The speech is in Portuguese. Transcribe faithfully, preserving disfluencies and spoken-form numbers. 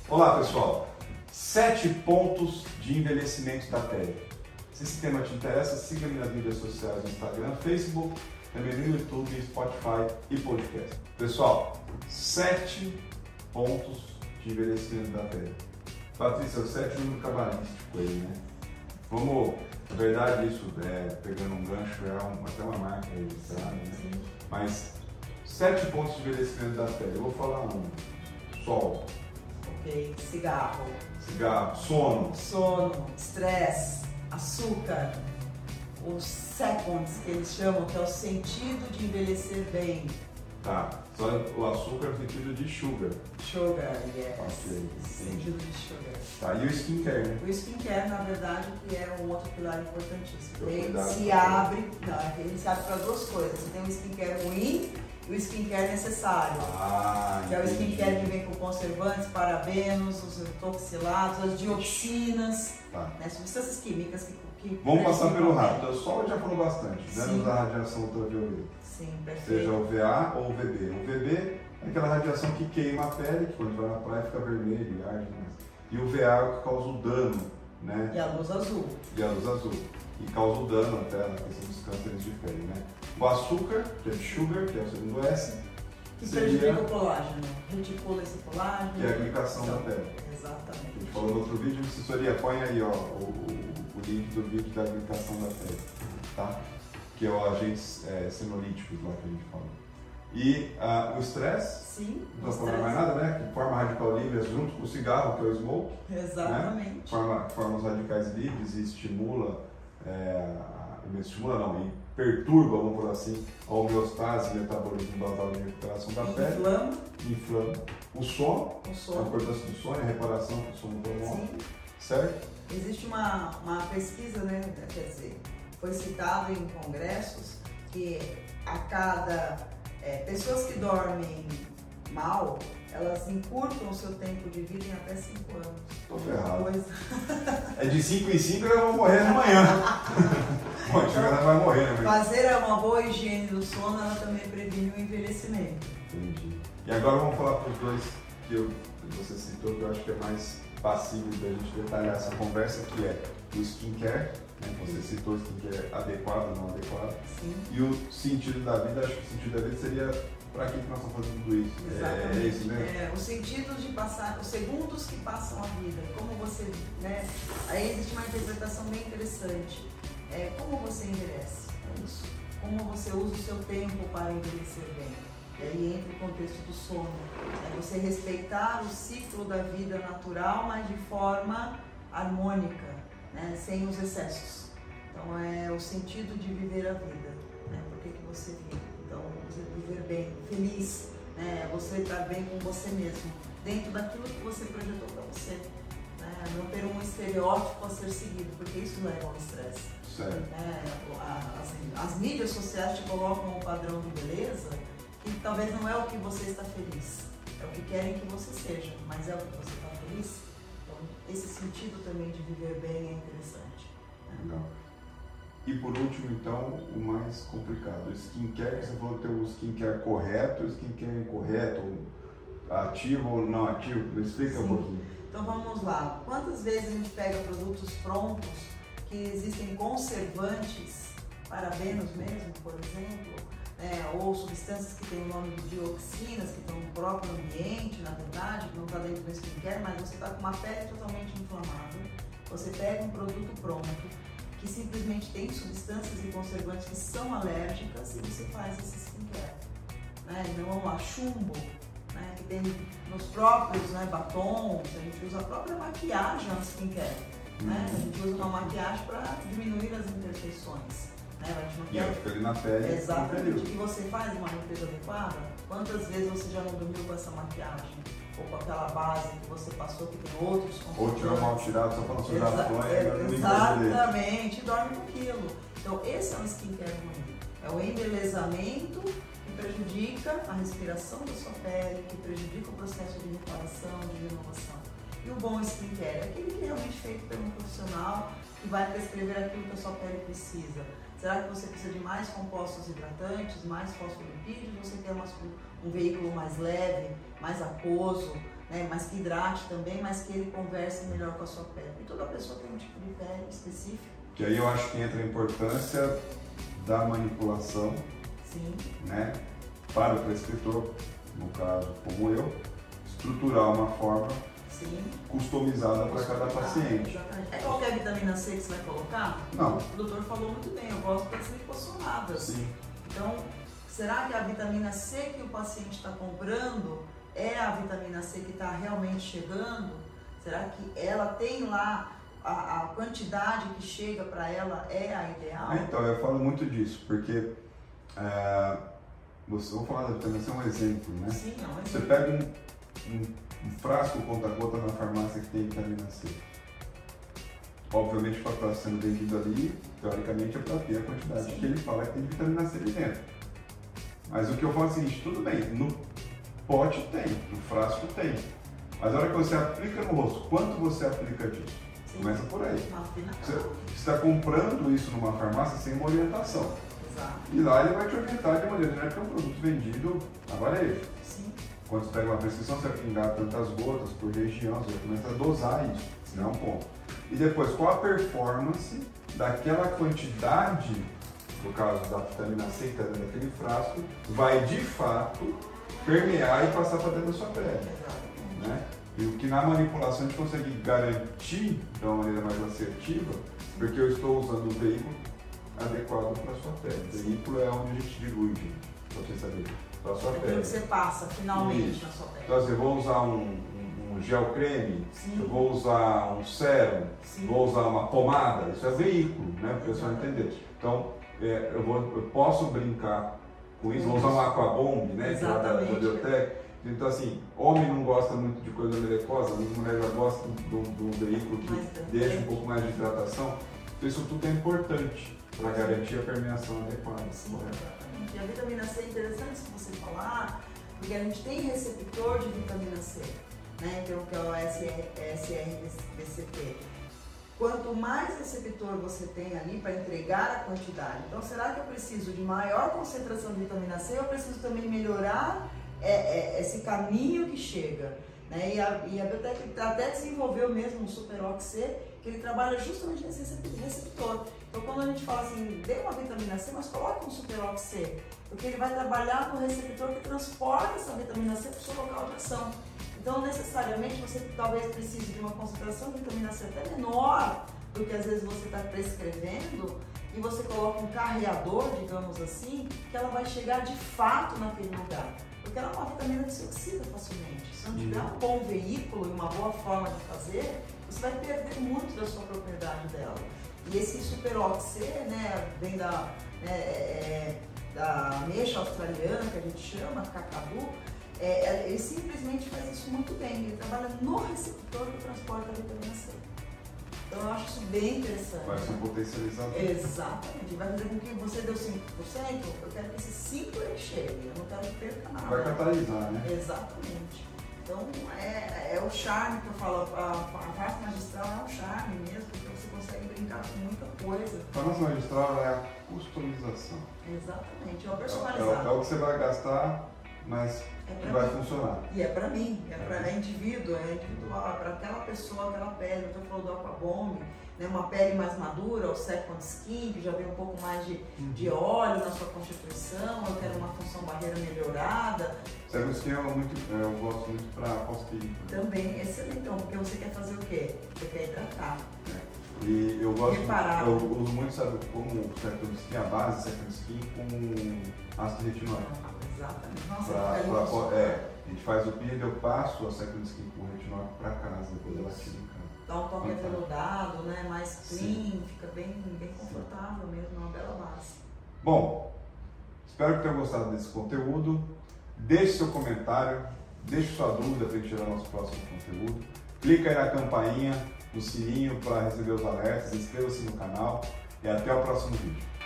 Olá pessoal, sete pontos de envelhecimento da pele. Se esse tema te interessa, siga-me nas mídias sociais no Instagram, Facebook, também no YouTube, Spotify e podcast. Pessoal, sete pontos de envelhecimento da pele. Patrícia, o sete número cabalístico aí, né? Vamos, na verdade isso é, pegando um gancho, é uma, até uma marca registrada, né? Sim. Mas sete pontos de envelhecimento da pele, eu vou falar um. Sol. Ok, cigarro. Cigarro, sono. Sono, estresse, açúcar. Os seconds que eles chamam, que é o sentido de envelhecer bem. Tá, só o açúcar no sentido de sugar. Sugar, yes. Ok, Sentido de sugar. Tá, e o skincare, né? O skincare, na verdade, que é um outro pilar importantíssimo. Eu Ele cuidado se com abre, não, ele se abre para duas coisas. Você tem o skincare ruim e o skincare necessário. Ah, Que é o entendi. skincare que vem com conservantes, parabenos, os toxilados, as dioxinas, Tá. né, substâncias químicas que, que Vamos passar pelo prejudicam a rápido. O sol já falou bastante, né? Sim. Da radiação ultravioleta. Sim, perfeito. Seja o V A ou o V B. O V B é aquela radiação que queima a pele, que quando vai na praia fica vermelho e arde mais. E o V A é o que causa o dano, né? E a luz azul. E a luz azul. E causa o dano até na questão dos cânceres de pele, né? O açúcar, que é sugar, que é o segundo S, Que seria- prejudica o colágeno. Reticula esse colágeno. que é a glicação da Então, pele. A Exatamente. gente falou no outro vídeo, assessoria, põe aí ó, o, o, o link do vídeo da glicação da pele, tá? Que é o agentes é, senolíticos lá que a gente falou. E ah, o estresse, Sim, não o vou falar mais estresse. nada, né? Que forma radical livre junto com o cigarro, que é o smoke, Exatamente. forma, forma os radicais livres e estimula, é, a- estimula não, e perturba, vamos por assim, a homeostase e metabolismo basal de recuperação da pele, Inflama inflama. O sono, o a sono. importância do sono, a reparação que o sono promove, Sim. certo? Existe uma, uma pesquisa, né, quer dizer, foi citado em congressos que a cada é, pessoas que dormem mal, elas encurtam o seu tempo de vida em até cinco anos. Tô ferrado. Pois, É de cinco em cinco eu vou morrer amanhã. Bom, chega lá vai morrer, né? Mas... fazer uma boa higiene do sono, ela também previne o envelhecimento. Entendi. E agora vamos falar para os dois que, eu, que você citou, que eu acho que é mais passível da gente detalhar essa conversa, que é o skincare, né? Você citou o skincare adequado, não adequado, Sim. e o sentido da vida. Acho que o sentido da vida seria para que nós estamos fazendo tudo isso. Exatamente. É isso, né? É, os sentidos de passar, os segundos que passam a vida, como você, né? Aí existe uma interpretação bem interessante. É, como você envelhece? É isso. Como você usa o seu tempo para envelhecer bem? E aí entra o contexto do sono. É você respeitar o ciclo da vida natural, mas de forma harmônica, né? Sem os excessos. Então é o sentido de viver a vida, né? Por que que você vive? Então, você viver bem, feliz, né? Você estar bem com você mesmo, dentro daquilo que você projetou para você, né? Não ter um estereótipo a ser seguido, porque isso leva ao estresse. Certo. Né? As, as mídias sociais te colocam um padrão de beleza que talvez não é o que você está feliz, é o que querem que você seja, mas é o que você está feliz. Então, esse sentido também de viver bem é interessante. Né? Legal. E por último, então, o mais complicado, o skincare, que você falou que tem o skincare correto, o skincare incorreto, ou ativo ou não ativo, explica Sim. um pouquinho. Então vamos lá, quantas vezes a gente pega produtos prontos que existem conservantes, parabenos mesmo, por exemplo, né, ou substâncias que têm o nome de dioxinas, que estão no próprio ambiente, na verdade, que não está dentro do skincare, mas você está com uma pele totalmente inflamável, você pega um produto pronto, que simplesmente tem substâncias e conservantes que são alérgicas e você faz esse skincare. Né? Não há chumbo, né? Que tem nos próprios, né, batons, a gente usa a própria maquiagem no skincare. Uhum. Né? A gente usa uma maquiagem para diminuir as imperfeições. Né? A gente E ela maquia... fica ali na pele. Exatamente. E você faz uma limpeza adequada? Quantas vezes você já não dormiu com essa maquiagem? Ou com aquela base que você passou que tem outros Ou tirou mal tirado só para não sujar Exa a fronha, é, não exatamente, dorme com aquilo. Então esse é um skincare ruim. É o embelezamento que prejudica a respiração da sua pele, que prejudica o processo de reparação, de renovação. E o bom skincare é aquele que é realmente feito por um profissional que vai prescrever aquilo que a sua pele precisa. Será que você precisa de mais compostos hidratantes, mais fosfolipídios? Você quer uma, um veículo mais leve, mais aquoso, né, mas que hidrate também, mas que ele converse melhor com a sua pele. E toda pessoa tem um tipo de pele específico. Que aí eu acho que entra a importância da manipulação, Sim. né, para o prescritor, no caso como eu, estruturar uma forma Sim. customizada para cada paciente. Exatamente. É qualquer vitamina C que você vai colocar? Não. O doutor falou muito bem, eu gosto das liposomadas. Sim. Então, será que a vitamina C que o paciente está comprando é a vitamina C que está realmente chegando? Será que ela tem lá a, a quantidade que chega para ela é a ideal? Então, eu falo muito disso, porque é, você, vou falar da vitamina C, é um exemplo, né? Sim, é um exemplo. Você pega um, um, um frasco conta-gota na farmácia que tem vitamina C. Obviamente, para estar sendo vendido ali, teoricamente é para ter a quantidade Sim. que ele fala que tem de vitamina C ali dentro. Mas o que eu falo é o seguinte, tudo bem, no pote tem, no frasco tem. Mas a hora que você aplica no rosto, quanto você aplica disso? Sim. Começa por aí. Você está comprando isso numa farmácia sem uma orientação. Exato. E lá ele vai te orientar de maneira geral, que é um produto vendido a varejo. Sim. Quando você pega uma prescrição, você vai pingar tantas gotas por região, você vai começar a dosar isso, não é um ponto. E depois, qual a performance daquela quantidade, no caso da vitamina C que está dentro daquele frasco, vai de fato permear e passar para dentro da sua pele. Né? E o que na manipulação a gente consegue garantir de uma maneira mais assertiva, porque eu estou usando o veículo adequado para a sua pele. O veículo é onde a gente dilui, gente, para você saber, para a sua é pele. que você passa finalmente Isso. na sua pele. Então, assim, eu vou usar um, um, um gel creme, Sim. eu vou usar um sérum, Sim. vou usar uma pomada, isso é veículo, né, para o pessoal entender. Então, é, eu, vou, eu posso brincar com isso, vou usar um aquabomb, né, que é da, da biotec. Então, assim, homem não gosta muito de coisa melecosa, a mulher já gosta de um veículo que Mas, deixa um pouco mais de hidratação. Então, isso tudo é importante para garantir a permeação adequada. Sim, exatamente. E a vitamina C é interessante se você falar, porque a gente tem receptor de vitamina C, né, que é o S R B C T. Quanto mais receptor você tem ali para entregar a quantidade, então será que eu preciso de maior concentração de vitamina C ou eu preciso também melhorar é, é, esse caminho que chega? Né? E a, e a Biotec até desenvolveu mesmo um Superox C, que ele trabalha justamente nesse receptor. Então quando a gente fala assim, dê uma vitamina C, mas coloque um Superox C, porque ele vai trabalhar no receptor que transporta essa vitamina C para o seu local de ação. Então, necessariamente, você talvez precise de uma concentração de vitamina C até menor do que às vezes você está prescrevendo, e você coloca um carreador, digamos assim, que ela vai chegar de fato naquele lugar. Porque ela é uma vitamina que se oxida facilmente. Se não tiver um bom veículo e uma boa forma de fazer, você vai perder muito da sua propriedade dela. E esse Superox C, né, vem da, né, é, da ameixa australiana, que a gente chama, cacadu. É, ele simplesmente faz isso muito bem, ele trabalha no receptor que transporta a vitamina C. Então eu acho isso bem interessante. Vai ser um potencializador. Exatamente, vai fazer com que você deu cinco por cento, eu quero que esse cinco por cento ele chegue, eu não quero que perca nada. Vai catalisar, né? Exatamente. Então é, é o charme que eu falo, a, a farmácia magistral é um charme mesmo, porque você consegue brincar com muita coisa. A farmácia magistral é a customização. Exatamente, é o É, personalizado. é, é o que você vai gastar, mas É que vai mim. funcionar. E é pra mim, é para indivíduo, é individual, é para aquela pessoa, aquela pele. Eu estou falando do Aquabomb, né, uma pele mais madura, o Second Skin, que já vem um pouco mais de, uhum. de óleo na sua constituição, eu quero uma função barreira melhorada. Second Skin eu, muito, eu gosto muito para pós-pele. Também, excelente, então, porque você quer fazer o quê? Você quer hidratar. É. E eu gosto, Reparar. eu uso muito, sabe, como o Second Skin, a base Second Skin com ácido retinóico. Exatamente. Nossa, pra, pra, é, a gente faz o pino, eu passo a Second Skin com retinóico para casa, depois ela tira em casa. Dá um toque aveludado, né? Mais clean, Sim. fica bem, bem confortável Sim. mesmo, uma bela base. Bom, espero que tenham gostado desse conteúdo. Deixe seu comentário, deixe sua dúvida para a gente tirar nosso próximo conteúdo. Clica aí na campainha, no sininho para receber os alertas, inscreva-se no canal e até o próximo vídeo.